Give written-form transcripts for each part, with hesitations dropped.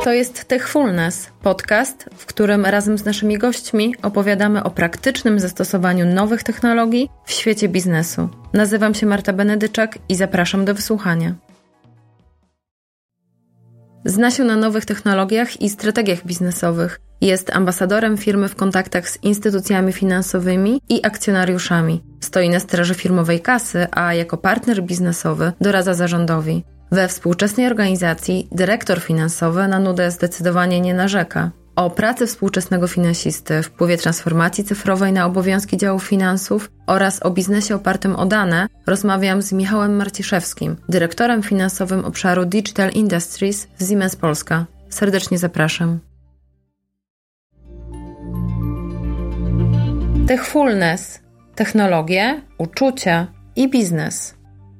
To jest Techfulness, podcast, w którym razem z naszymi gośćmi opowiadamy o praktycznym zastosowaniu nowych technologii w świecie biznesu. Nazywam się Marta Benedyczak i zapraszam do wysłuchania. Zna się na nowych technologiach i strategiach biznesowych. Jest ambasadorem firmy w kontaktach z instytucjami finansowymi i akcjonariuszami. Stoi na straży firmowej kasy, a jako partner biznesowy doradza zarządowi. We współczesnej organizacji dyrektor finansowy na nudę zdecydowanie nie narzeka. O pracy współczesnego finansisty, wpływie transformacji cyfrowej na obowiązki działów finansów oraz o biznesie opartym o dane rozmawiam z Michałem Marciszewskim, dyrektorem finansowym obszaru Digital Industries w Siemens Polska. Serdecznie zapraszam. Techfulness. Technologie, uczucia i biznes.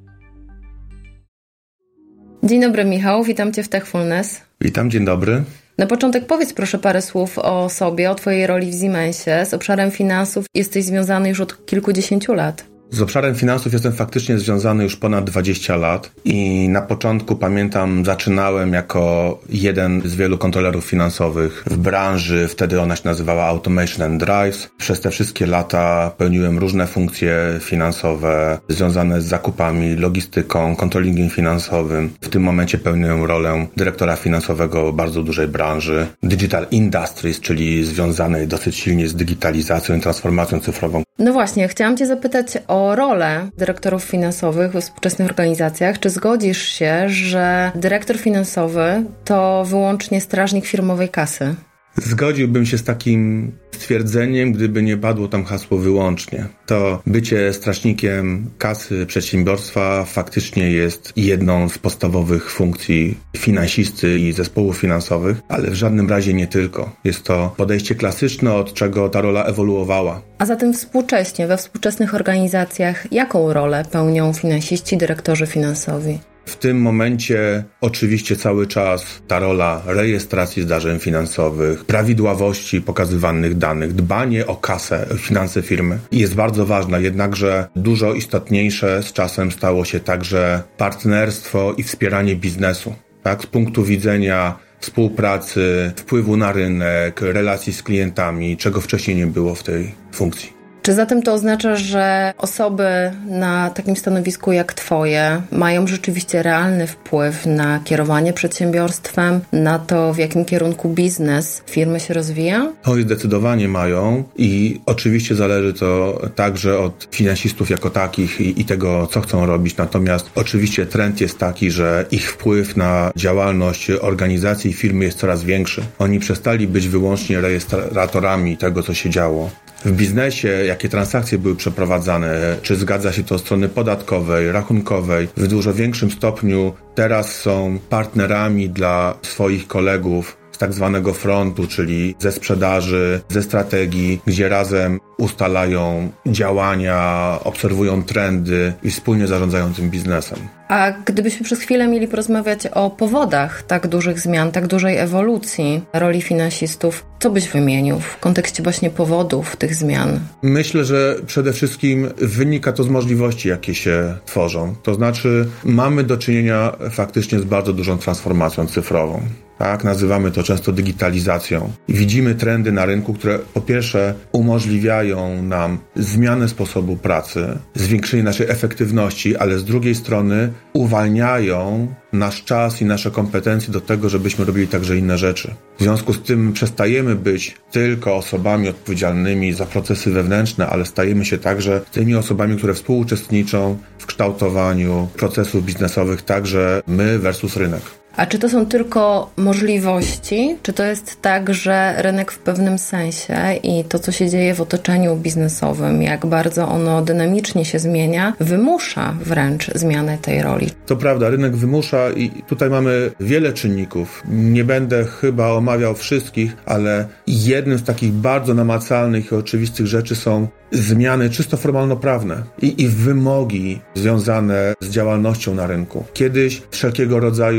Dzień dobry, Michał, witam Cię w Techfulness. Witam, dzień dobry. Na początek powiedz proszę parę słów o sobie, o Twojej roli w Siemensie. Z obszarem finansów jesteś związany już od kilkudziesięciu lat. Z obszarem finansów jestem faktycznie związany już ponad 20 lat i na początku pamiętam, zaczynałem jako jeden z wielu kontrolerów finansowych w branży, wtedy ona się nazywała Automation and Drives. Przez te wszystkie lata pełniłem różne funkcje finansowe związane z zakupami, logistyką, kontrolingiem finansowym. W tym momencie pełniłem rolę dyrektora finansowego bardzo dużej branży Digital Industries, czyli związanej dosyć silnie z digitalizacją i transformacją cyfrową. No właśnie, chciałam Cię zapytać o rolę dyrektorów finansowych we współczesnych organizacjach. Czy zgodzisz się, że dyrektor finansowy to wyłącznie strażnik firmowej kasy? Zgodziłbym się z takim stwierdzeniem, gdyby nie padło tam hasło wyłącznie. To bycie strażnikiem kasy przedsiębiorstwa faktycznie jest jedną z podstawowych funkcji finansisty i zespołów finansowych, ale w żadnym razie nie tylko. Jest to podejście klasyczne, od czego ta rola ewoluowała. A zatem współcześnie, we współczesnych organizacjach, jaką rolę pełnią finansiści, dyrektorzy finansowi? W tym momencie oczywiście cały czas ta rola rejestracji zdarzeń finansowych, prawidłowości pokazywanych danych, dbanie o kasę, o finanse firmy jest bardzo ważna, jednakże dużo istotniejsze z czasem stało się także partnerstwo i wspieranie biznesu. Tak, z punktu widzenia współpracy, wpływu na rynek, relacji z klientami, czego wcześniej nie było w tej funkcji. Czy zatem to oznacza, że osoby na takim stanowisku jak Twoje mają rzeczywiście realny wpływ na kierowanie przedsiębiorstwem, na to, w jakim kierunku biznes firmy się rozwija? Oj, zdecydowanie mają i oczywiście zależy to także od finansistów jako takich i tego, co chcą robić. Natomiast oczywiście trend jest taki, że ich wpływ na działalność organizacji i firmy jest coraz większy. Oni przestali być wyłącznie rejestratorami tego, co się działo w biznesie, jakie transakcje były przeprowadzane, czy zgadza się to od strony podatkowej, rachunkowej. W dużo większym stopniu teraz są partnerami dla swoich kolegów z tak zwanego frontu, czyli ze sprzedaży, ze strategii, gdzie razem ustalają działania, obserwują trendy i wspólnie zarządzają tym biznesem. A gdybyśmy przez chwilę mieli porozmawiać o powodach tak dużych zmian, tak dużej ewolucji roli finansistów, co byś wymienił w kontekście właśnie powodów tych zmian? Myślę, że przede wszystkim wynika to z możliwości, jakie się tworzą. To znaczy mamy do czynienia faktycznie z bardzo dużą transformacją cyfrową. Tak, nazywamy to często digitalizacją. Widzimy trendy na rynku, które po pierwsze umożliwiają nam zmianę sposobu pracy, zwiększenie naszej efektywności, ale z drugiej strony uwalniają nasz czas i nasze kompetencje do tego, żebyśmy robili także inne rzeczy. W związku z tym przestajemy być tylko osobami odpowiedzialnymi za procesy wewnętrzne, ale stajemy się także tymi osobami, które współuczestniczą w kształtowaniu procesów biznesowych, także my versus rynek. A czy to są tylko możliwości, czy to jest tak, że rynek w pewnym sensie i to, co się dzieje w otoczeniu biznesowym, jak bardzo ono dynamicznie się zmienia, wymusza wręcz zmianę tej roli? To prawda, rynek wymusza i tutaj mamy wiele czynników. Nie będę chyba omawiał wszystkich, ale jednym z takich bardzo namacalnych i oczywistych rzeczy są zmiany czysto formalno-prawne i wymogi związane z działalnością na rynku. Kiedyś wszelkiego rodzaju przepisy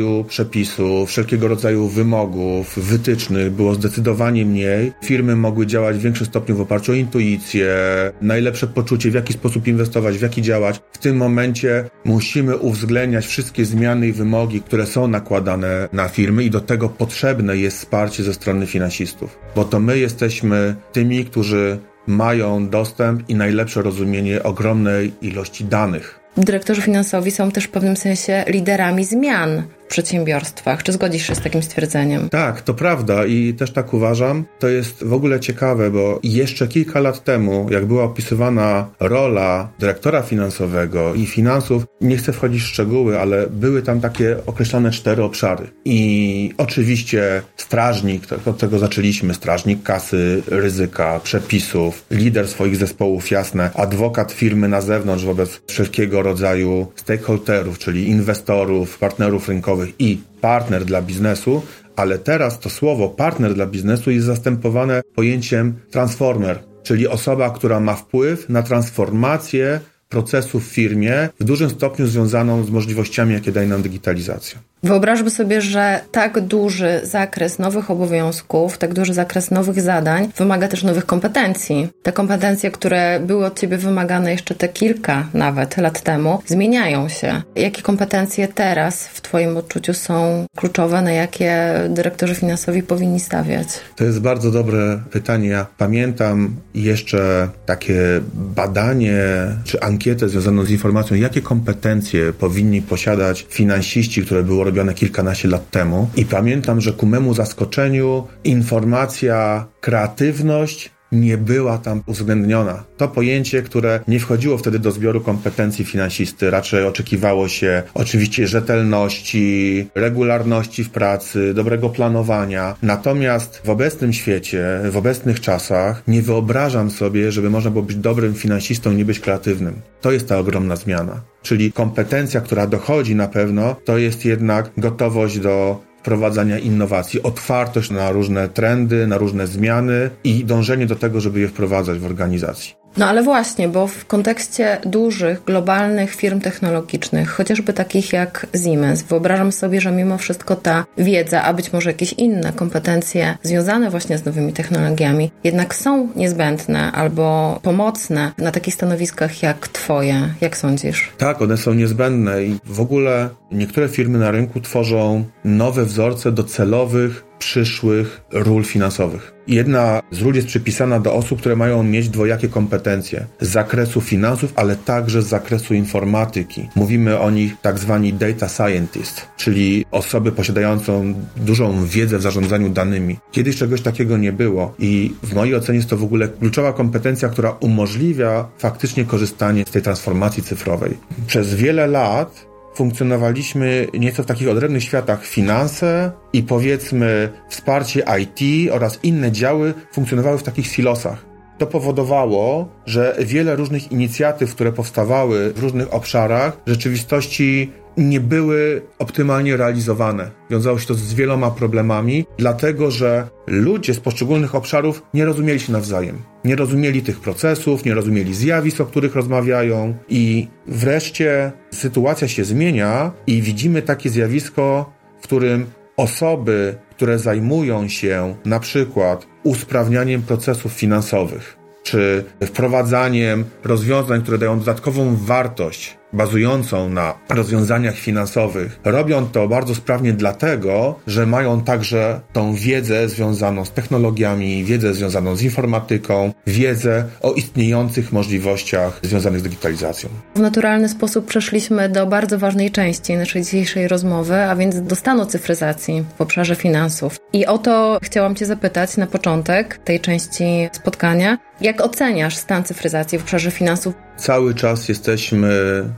przepisów, wszelkiego rodzaju wymogów, wytycznych było zdecydowanie mniej. Firmy mogły działać w większym stopniu w oparciu o intuicję, najlepsze poczucie, w jaki sposób inwestować, w jaki działać. W tym momencie musimy uwzględniać wszystkie zmiany i wymogi, które są nakładane na firmy i do tego potrzebne jest wsparcie ze strony finansistów. Bo to my jesteśmy tymi, którzy mają dostęp i najlepsze rozumienie ogromnej ilości danych. Dyrektorzy finansowi są też w pewnym sensie liderami zmian w przedsiębiorstwach. Czy zgodzisz się z takim stwierdzeniem? Tak, to prawda i też tak uważam. To jest w ogóle ciekawe, bo jeszcze kilka lat temu, jak była opisywana rola dyrektora finansowego i finansów, nie chcę wchodzić w szczegóły, ale były tam takie określone 4 obszary. I oczywiście strażnik, od tego zaczęliśmy, strażnik kasy, ryzyka, przepisów, lider swoich zespołów, jasne, adwokat firmy na zewnątrz wobec wszelkiego rodzaju stakeholderów, czyli inwestorów, partnerów rynkowych i partner dla biznesu, ale teraz to słowo partner dla biznesu jest zastępowane pojęciem transformer, czyli osoba, która ma wpływ na transformację procesu w firmie w dużym stopniu związaną z możliwościami, jakie daje nam digitalizacja. Wyobraźmy sobie, że tak duży zakres nowych obowiązków, tak duży zakres nowych zadań wymaga też nowych kompetencji. Te kompetencje, które były od Ciebie wymagane jeszcze te kilka nawet lat temu, zmieniają się. Jakie kompetencje teraz w Twoim odczuciu są kluczowe, na jakie dyrektorzy finansowi powinni stawiać? To jest bardzo dobre pytanie. Ja pamiętam jeszcze takie badanie czy ankietę związaną z informacją, jakie kompetencje powinni posiadać finansiści, które było robione kilkanaście lat temu. I pamiętam, że ku memu zaskoczeniu informacja kreatywność nie była tam uwzględniona. To pojęcie, które nie wchodziło wtedy do zbioru kompetencji finansisty, raczej oczekiwało się oczywiście rzetelności, regularności w pracy, dobrego planowania. Natomiast w obecnym świecie, w obecnych czasach nie wyobrażam sobie, żeby można było być dobrym finansistą i nie być kreatywnym. To jest ta ogromna zmiana. Czyli kompetencja, która dochodzi na pewno, to jest jednak gotowość do wprowadzania innowacji, otwartość na różne trendy, na różne zmiany i dążenie do tego, żeby je wprowadzać w organizacji. No ale właśnie, bo w kontekście dużych, globalnych firm technologicznych, chociażby takich jak Siemens, wyobrażam sobie, że mimo wszystko ta wiedza, a być może jakieś inne kompetencje związane właśnie z nowymi technologiami, jednak są niezbędne albo pomocne na takich stanowiskach jak Twoje. Jak sądzisz? Tak, one są niezbędne i w ogóle niektóre firmy na rynku tworzą nowe wzorce docelowych przyszłych ról finansowych. Jedna z ról jest przypisana do osób, które mają mieć dwojakie kompetencje z zakresu finansów, ale także z zakresu informatyki. Mówimy o nich tak zwani data scientist, czyli osoby posiadające dużą wiedzę w zarządzaniu danymi. Kiedyś czegoś takiego nie było i w mojej ocenie jest to w ogóle kluczowa kompetencja, która umożliwia faktycznie korzystanie z tej transformacji cyfrowej. Przez wiele lat funkcjonowaliśmy nieco w takich odrębnych światach. Finanse i powiedzmy wsparcie IT oraz inne działy funkcjonowały w takich silosach. To powodowało, że wiele różnych inicjatyw, które powstawały w różnych obszarach, w rzeczywistości nie były optymalnie realizowane. Wiązało się to z wieloma problemami, dlatego że ludzie z poszczególnych obszarów nie rozumieli się nawzajem. Nie rozumieli tych procesów, nie rozumieli zjawisk, o których rozmawiają i wreszcie sytuacja się zmienia i widzimy takie zjawisko, w którym osoby, które zajmują się na przykład usprawnianiem procesów finansowych, czy wprowadzaniem rozwiązań, które dają dodatkową wartość bazującą na rozwiązaniach finansowych. Robią to bardzo sprawnie dlatego, że mają także tą wiedzę związaną z technologiami, wiedzę związaną z informatyką, wiedzę o istniejących możliwościach związanych z digitalizacją. W naturalny sposób przeszliśmy do bardzo ważnej części naszej dzisiejszej rozmowy, a więc do stanu cyfryzacji w obszarze finansów. I o to chciałam Cię zapytać na początek tej części spotkania. Jak oceniasz stan cyfryzacji w obszarze finansów? Cały czas jesteśmy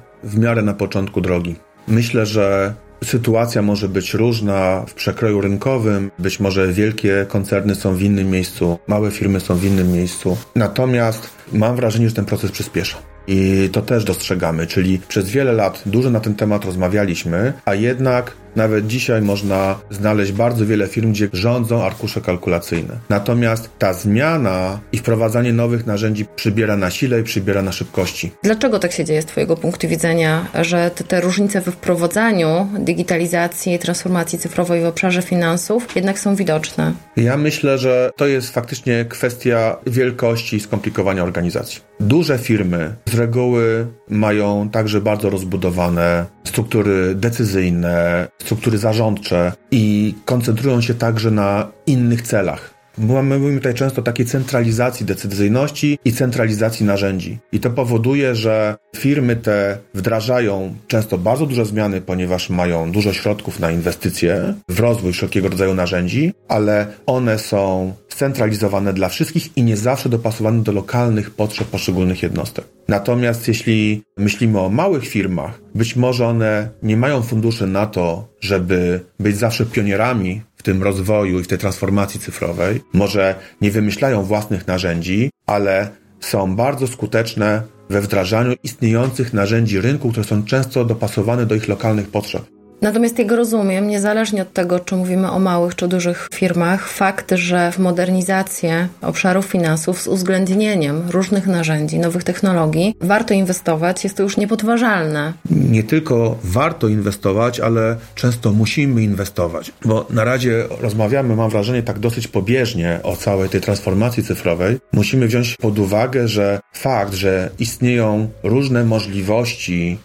w miarę na początku drogi. Myślę, że sytuacja może być różna w przekroju rynkowym. Być może wielkie koncerny są w innym miejscu, małe firmy są w innym miejscu. Natomiast mam wrażenie, że ten proces przyspiesza. I to też dostrzegamy, czyli przez wiele lat dużo na ten temat rozmawialiśmy, a jednak Nawet dzisiaj można znaleźć bardzo wiele firm, gdzie rządzą arkusze kalkulacyjne. Natomiast ta zmiana i wprowadzanie nowych narzędzi przybiera na sile i przybiera na szybkości. Dlaczego tak się dzieje z Twojego punktu widzenia, że te różnice we wprowadzaniu digitalizacji i transformacji cyfrowej w obszarze finansów jednak są widoczne? Ja myślę, że to jest faktycznie kwestia wielkości i skomplikowania organizacji. Duże firmy z reguły mają także bardzo rozbudowane struktury decyzyjne, struktury zarządcze i koncentrują się także na innych celach. My mówimy tutaj często o takiej centralizacji decyzyjności i centralizacji narzędzi. I to powoduje, że firmy te wdrażają często bardzo duże zmiany, ponieważ mają dużo środków na inwestycje w rozwój wszelkiego rodzaju narzędzi, ale one są scentralizowane dla wszystkich i nie zawsze dopasowane do lokalnych potrzeb poszczególnych jednostek. Natomiast jeśli myślimy o małych firmach, być może one nie mają funduszy na to, żeby być zawsze pionierami w tym rozwoju i w tej transformacji cyfrowej. Może nie wymyślają własnych narzędzi, ale są bardzo skuteczne we wdrażaniu istniejących narzędzi rynku, które są często dopasowane do ich lokalnych potrzeb. Natomiast jak rozumiem, niezależnie od tego, czy mówimy o małych czy dużych firmach, fakt, że w modernizację obszarów finansów z uwzględnieniem różnych narzędzi, nowych technologii warto inwestować, jest to już niepodważalne. Nie tylko warto inwestować, ale często musimy inwestować, bo na razie rozmawiamy, mam wrażenie, tak dosyć pobieżnie o całej tej transformacji cyfrowej. Musimy wziąć pod uwagę, że fakt, że istnieją różne możliwości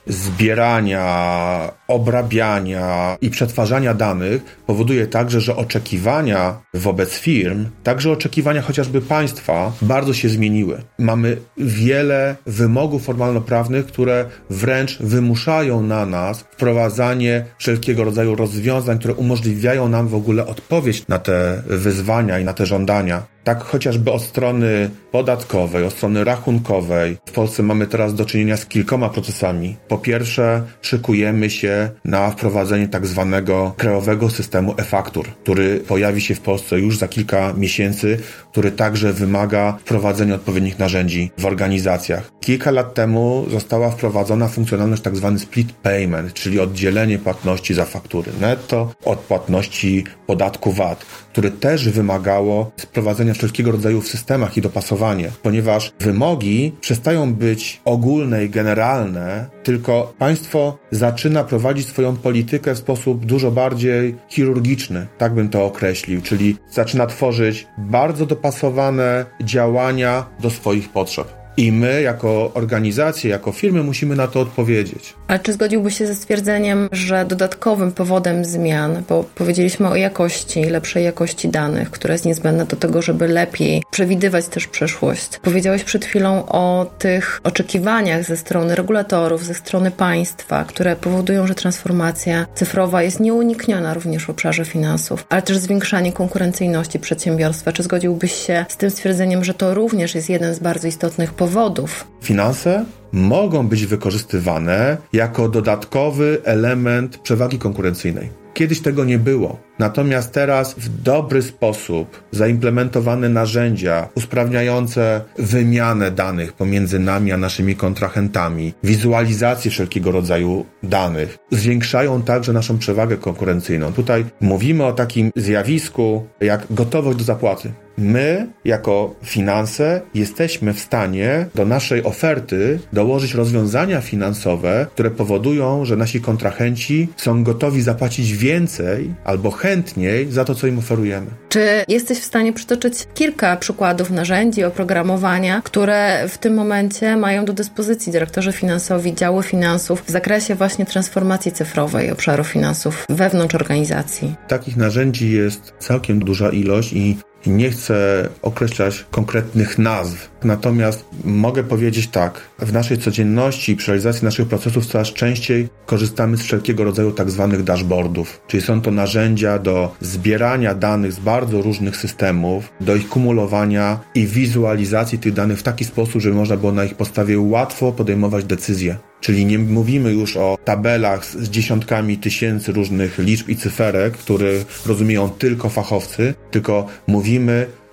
zbierania, obrabiania i przetwarzania danych powoduje także, że oczekiwania wobec firm, także oczekiwania chociażby państwa bardzo się zmieniły. Mamy wiele wymogów formalnoprawnych, które wręcz wymuszają na nas wprowadzanie wszelkiego rodzaju rozwiązań, które umożliwiają nam w ogóle odpowiedź na te wyzwania i na te żądania. Tak chociażby od strony podatkowej, od strony rachunkowej. W Polsce mamy teraz do czynienia z kilkoma procesami. Po pierwsze, szykujemy się na wprowadzenie tak zwanego krajowego systemu e-faktur, który pojawi się w Polsce już za kilka miesięcy, który także wymaga wprowadzenia odpowiednich narzędzi w organizacjach. Kilka lat temu została wprowadzona funkcjonalność tak zwany split payment, czyli oddzielenie płatności za faktury netto od płatności podatku VAT, który też wymagało wprowadzenia wszelkiego rodzaju w systemach i dopasowanie, ponieważ wymogi przestają być ogólne i generalne, tylko państwo zaczyna prowadzić swoją politykę w sposób dużo bardziej chirurgiczny, tak bym to określił, czyli zaczyna tworzyć bardzo dopasowane działania do swoich potrzeb. I my, jako organizacje, jako firmy, musimy na to odpowiedzieć. Ale czy zgodziłbyś się ze stwierdzeniem, że dodatkowym powodem zmian, bo powiedzieliśmy o jakości, lepszej jakości danych, która jest niezbędna do tego, żeby lepiej przewidywać też przyszłość. Powiedziałeś przed chwilą o tych oczekiwaniach ze strony regulatorów, ze strony państwa, które powodują, że transformacja cyfrowa jest nieunikniona również w obszarze finansów, ale też zwiększanie konkurencyjności przedsiębiorstwa. Czy zgodziłbyś się z tym stwierdzeniem, że to również jest jeden z bardzo istotnych powodów? Finanse mogą być wykorzystywane jako dodatkowy element przewagi konkurencyjnej. Kiedyś tego nie było. Natomiast teraz w dobry sposób zaimplementowane narzędzia usprawniające wymianę danych pomiędzy nami a naszymi kontrahentami, wizualizację wszelkiego rodzaju danych, zwiększają także naszą przewagę konkurencyjną. Tutaj mówimy o takim zjawisku jak gotowość do zapłaty. My, jako finanse, jesteśmy w stanie do naszej oferty dołożyć rozwiązania finansowe, które powodują, że nasi kontrahenci są gotowi zapłacić więcej albo chętniej za to, co im oferujemy. Czy jesteś w stanie przytoczyć kilka przykładów narzędzi, oprogramowania, które w tym momencie mają do dyspozycji dyrektorzy finansowi, działy finansów w zakresie właśnie transformacji cyfrowej obszaru finansów wewnątrz organizacji? Takich narzędzi jest całkiem duża ilość i nie chcę określać konkretnych nazw, natomiast mogę powiedzieć tak, w naszej codzienności i przy realizacji naszych procesów coraz częściej korzystamy z wszelkiego rodzaju tak zwanych dashboardów, czyli są to narzędzia do zbierania danych z bardzo różnych systemów, do ich kumulowania i wizualizacji tych danych w taki sposób, żeby można było na ich podstawie łatwo podejmować decyzje. Czyli nie mówimy już o tabelach z dziesiątkami tysięcy różnych liczb i cyferek, które rozumieją tylko fachowcy, tylko mówimy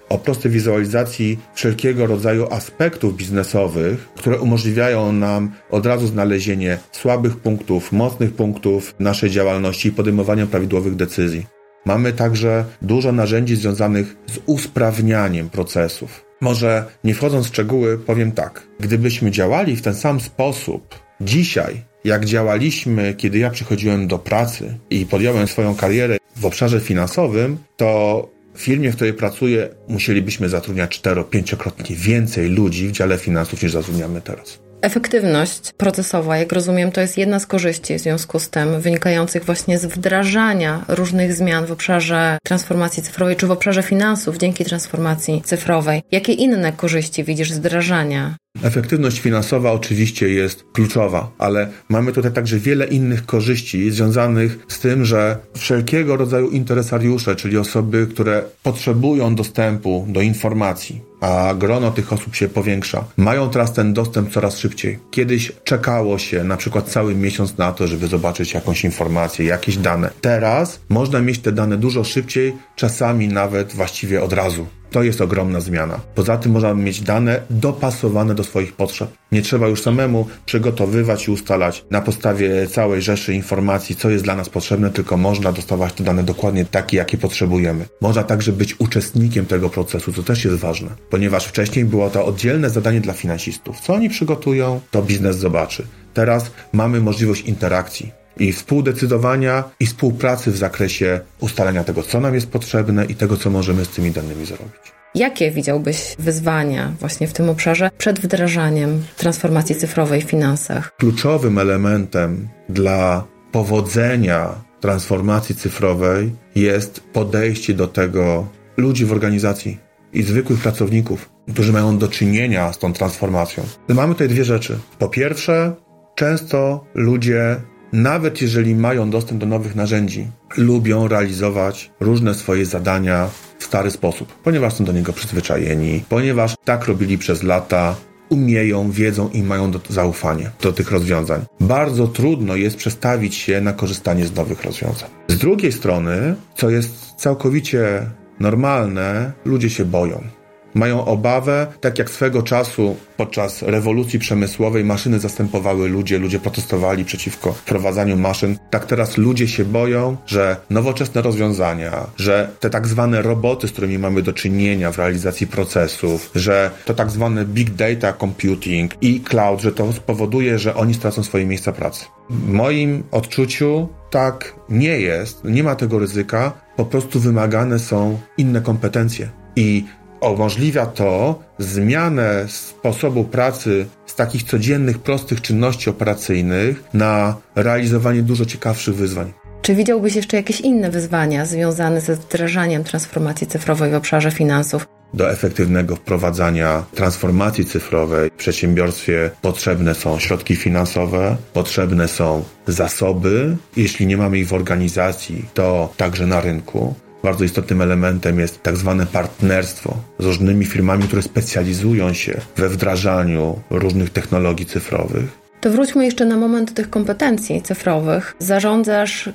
o prostej wizualizacji wszelkiego rodzaju aspektów biznesowych, które umożliwiają nam od razu znalezienie słabych punktów, mocnych punktów naszej działalności i podejmowania prawidłowych decyzji. Mamy także dużo narzędzi związanych z usprawnianiem procesów. Może nie wchodząc w szczegóły, powiem tak. Gdybyśmy działali w ten sam sposób dzisiaj, jak działaliśmy, kiedy ja przychodziłem do pracy i podjąłem swoją karierę w obszarze finansowym, to w firmie, w której pracuję, musielibyśmy zatrudniać 4-5-krotnie więcej ludzi w dziale finansów, niż zatrudniamy teraz. Efektywność procesowa, jak rozumiem, to jest jedna z korzyści w związku z tym wynikających właśnie z wdrażania różnych zmian w obszarze transformacji cyfrowej czy w obszarze finansów dzięki transformacji cyfrowej. Jakie inne korzyści widzisz z wdrażania? Efektywność finansowa oczywiście jest kluczowa, ale mamy tutaj także wiele innych korzyści związanych z tym, że wszelkiego rodzaju interesariusze, czyli osoby, które potrzebują dostępu do informacji, a grono tych osób się powiększa, mają teraz ten dostęp coraz szybciej. Kiedyś czekało się na przykład cały miesiąc na to, żeby zobaczyć jakąś informację, jakieś dane. Teraz można mieć te dane dużo szybciej, czasami nawet właściwie od razu. To jest ogromna zmiana. Poza tym można mieć dane dopasowane do swoich potrzeb. Nie trzeba już samemu przygotowywać i ustalać na podstawie całej rzeszy informacji, co jest dla nas potrzebne, tylko można dostawać te dane dokładnie takie, jakie potrzebujemy. Można także być uczestnikiem tego procesu, co też jest ważne, ponieważ wcześniej było to oddzielne zadanie dla finansistów. Co oni przygotują, to biznes zobaczy. Teraz mamy możliwość interakcji i współdecydowania i współpracy w zakresie ustalenia tego, co nam jest potrzebne i tego, co możemy z tymi danymi zrobić. Jakie widziałbyś wyzwania właśnie w tym obszarze przed wdrażaniem transformacji cyfrowej w finansach? Kluczowym elementem dla powodzenia transformacji cyfrowej jest podejście do tego ludzi w organizacji i zwykłych pracowników, którzy mają do czynienia z tą transformacją. Mamy tutaj dwie rzeczy. Po pierwsze, często ludzie, nawet jeżeli mają dostęp do nowych narzędzi, lubią realizować różne swoje zadania w stary sposób, ponieważ są do niego przyzwyczajeni, ponieważ tak robili przez lata, umieją, wiedzą i mają zaufanie do tych rozwiązań. Bardzo trudno jest przestawić się na korzystanie z nowych rozwiązań. Z drugiej strony, co jest całkowicie normalne, ludzie się boją. Mają obawę, tak jak swego czasu podczas rewolucji przemysłowej maszyny zastępowały ludzie protestowali przeciwko wprowadzaniu maszyn. Tak teraz ludzie się boją, że nowoczesne rozwiązania, że te tak zwane roboty, z którymi mamy do czynienia w realizacji procesów, że to tak zwane big data computing i cloud, że to spowoduje, że oni stracą swoje miejsca pracy. W moim odczuciu tak nie jest, nie ma tego ryzyka, po prostu wymagane są inne kompetencje i umożliwia to zmianę sposobu pracy z takich codziennych, prostych czynności operacyjnych na realizowanie dużo ciekawszych wyzwań. Czy widziałbyś jeszcze jakieś inne wyzwania związane ze wdrażaniem transformacji cyfrowej w obszarze finansów? Do efektywnego wprowadzania transformacji cyfrowej w przedsiębiorstwie potrzebne są środki finansowe, potrzebne są zasoby. Jeśli nie mamy ich w organizacji, to także na rynku. Bardzo istotnym elementem jest tak zwane partnerstwo z różnymi firmami, które specjalizują się we wdrażaniu różnych technologii cyfrowych. To wróćmy jeszcze na moment do tych kompetencji cyfrowych. Zarządzasz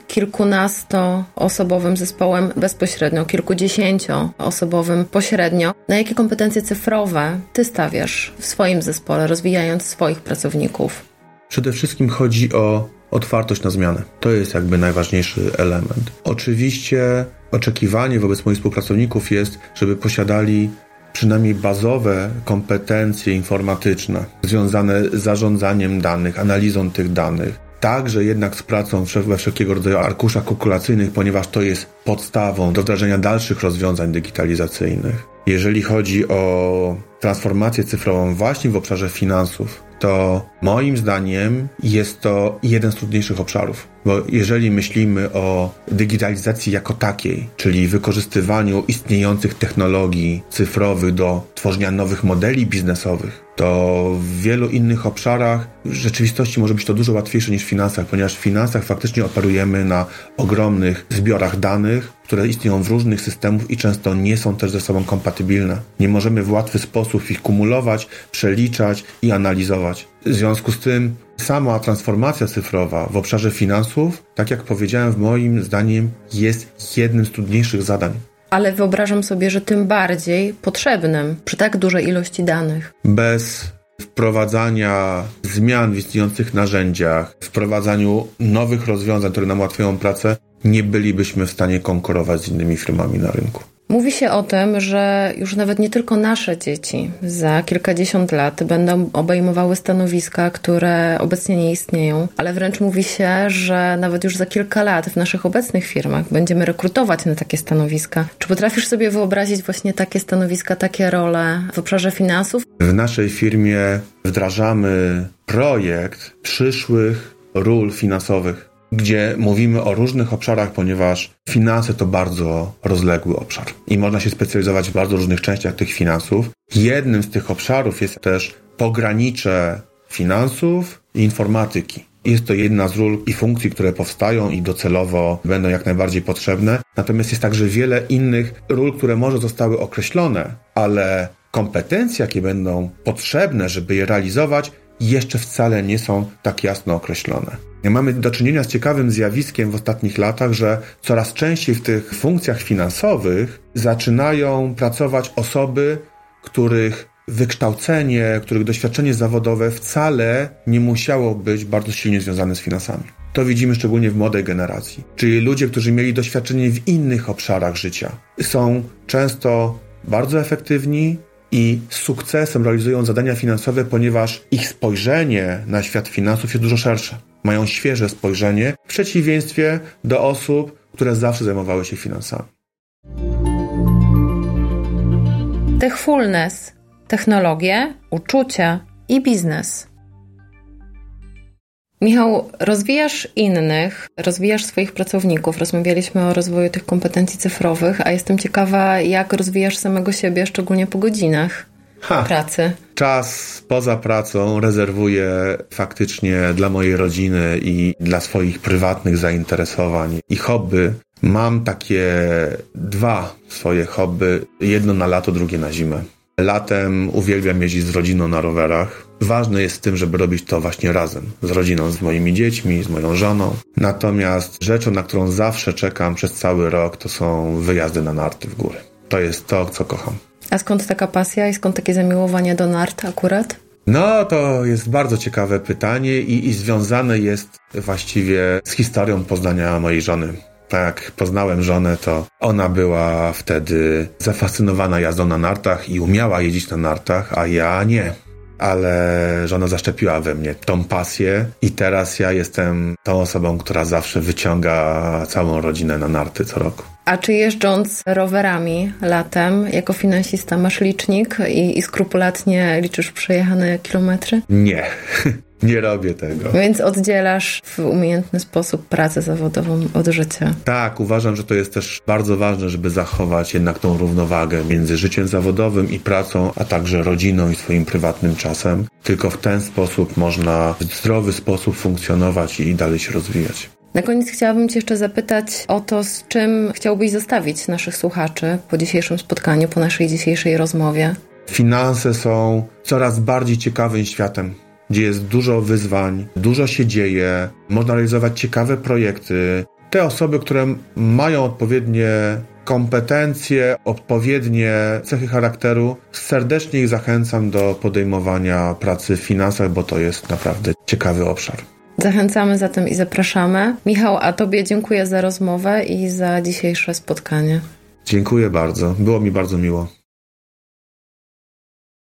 kilkunastoosobowym zespołem bezpośrednio, kilkudziesięcioosobowym pośrednio. Na jakie kompetencje cyfrowe ty stawiasz w swoim zespole, rozwijając swoich pracowników? Przede wszystkim chodzi o otwartość na zmianę. To jest jakby najważniejszy element. Oczywiście oczekiwanie wobec moich współpracowników jest, żeby posiadali przynajmniej bazowe kompetencje informatyczne związane z zarządzaniem danych, analizą tych danych. Także jednak z pracą we wszelkiego rodzaju arkuszach kalkulacyjnych, ponieważ to jest podstawą do wdrażania dalszych rozwiązań digitalizacyjnych. Jeżeli chodzi o transformację cyfrową właśnie w obszarze finansów, to moim zdaniem jest to jeden z trudniejszych obszarów. Bo jeżeli myślimy o digitalizacji jako takiej, czyli wykorzystywaniu istniejących technologii cyfrowych do tworzenia nowych modeli biznesowych, to w wielu innych obszarach w rzeczywistości może być to dużo łatwiejsze niż w finansach, ponieważ w finansach faktycznie operujemy na ogromnych zbiorach danych, które istnieją w różnych systemach i często nie są też ze sobą kompatybilne. Nie możemy w łatwy sposób ich kumulować, przeliczać i analizować. W związku z tym sama transformacja cyfrowa w obszarze finansów, tak jak powiedziałem, moim zdaniem jest jednym z trudniejszych zadań. Ale wyobrażam sobie, że tym bardziej potrzebnym przy tak dużej ilości danych. Bez wprowadzania zmian w istniejących narzędziach, wprowadzaniu nowych rozwiązań, które nam ułatwiają pracę, nie bylibyśmy w stanie konkurować z innymi firmami na rynku. Mówi się o tym, że już nawet nie tylko nasze dzieci za kilkadziesiąt lat będą obejmowały stanowiska, które obecnie nie istnieją, ale wręcz mówi się, że nawet już za kilka lat w naszych obecnych firmach będziemy rekrutować na takie stanowiska. Czy potrafisz sobie wyobrazić właśnie takie stanowiska, takie role w obszarze finansów? W naszej firmie wdrażamy projekt przyszłych ról finansowych, gdzie mówimy o różnych obszarach, ponieważ finanse to bardzo rozległy obszar i można się specjalizować w bardzo różnych częściach tych finansów. Jednym z tych obszarów jest też pogranicze finansów i informatyki. Jest to jedna z ról i funkcji, które powstają i docelowo będą jak najbardziej potrzebne. Natomiast jest także wiele innych ról, które może zostały określone, ale kompetencje, jakie będą potrzebne, żeby je realizować, jeszcze wcale nie są tak jasno określone. Mamy do czynienia z ciekawym zjawiskiem w ostatnich latach, że coraz częściej w tych funkcjach finansowych zaczynają pracować osoby, których wykształcenie, których doświadczenie zawodowe wcale nie musiało być bardzo silnie związane z finansami. To widzimy szczególnie w młodej generacji. Czyli ludzie, którzy mieli doświadczenie w innych obszarach życia, są często bardzo efektywni i z sukcesem realizują zadania finansowe, ponieważ ich spojrzenie na świat finansów jest dużo szersze. Mają świeże spojrzenie w przeciwieństwie do osób, które zawsze zajmowały się finansami. Techfulness, technologie, uczucia i biznes. Michał, rozwijasz innych, rozwijasz swoich pracowników. Rozmawialiśmy o rozwoju tych kompetencji cyfrowych, a jestem ciekawa, jak rozwijasz samego siebie, szczególnie po godzinach pracy. Czas poza pracą rezerwuję faktycznie dla mojej rodziny i dla swoich prywatnych zainteresowań i hobby. Mam takie dwa swoje hobby, jedno na lato, drugie na zimę. Latem uwielbiam jeździć z rodziną na rowerach. Ważne jest w tym, żeby robić to właśnie razem, z rodziną, z moimi dziećmi, z moją żoną. Natomiast rzeczą, na którą zawsze czekam przez cały rok, to są wyjazdy na narty w góry. To jest to, co kocham. A skąd taka pasja i skąd takie zamiłowanie do nart akurat? No, to jest bardzo ciekawe pytanie i związane jest właściwie z historią poznania mojej żony. Tak jak poznałem żonę, to ona była wtedy zafascynowana jazdą na nartach i umiała jeździć na nartach, a ja nie. Ale żona zaszczepiła we mnie tą pasję i teraz ja jestem tą osobą, która zawsze wyciąga całą rodzinę na narty co roku. A czy jeżdżąc rowerami latem, jako finansista masz licznik i skrupulatnie liczysz przejechane kilometry? Nie. Nie robię tego. Więc oddzielasz w umiejętny sposób pracę zawodową od życia. Tak, uważam, że to jest też bardzo ważne, żeby zachować jednak tą równowagę między życiem zawodowym i pracą, a także rodziną i swoim prywatnym czasem. Tylko w ten sposób można w zdrowy sposób funkcjonować i dalej się rozwijać. Na koniec chciałabym Cię jeszcze zapytać o to, z czym chciałbyś zostawić naszych słuchaczy po dzisiejszym spotkaniu, po naszej dzisiejszej rozmowie. Finanse są coraz bardziej ciekawym światem, gdzie jest dużo wyzwań, dużo się dzieje, można realizować ciekawe projekty. Te osoby, które mają odpowiednie kompetencje, odpowiednie cechy charakteru, serdecznie ich zachęcam do podejmowania pracy w finansach, bo to jest naprawdę ciekawy obszar. Zachęcamy zatem i zapraszamy. Michał, a Tobie dziękuję za rozmowę i za dzisiejsze spotkanie. Dziękuję bardzo. Było mi bardzo miło.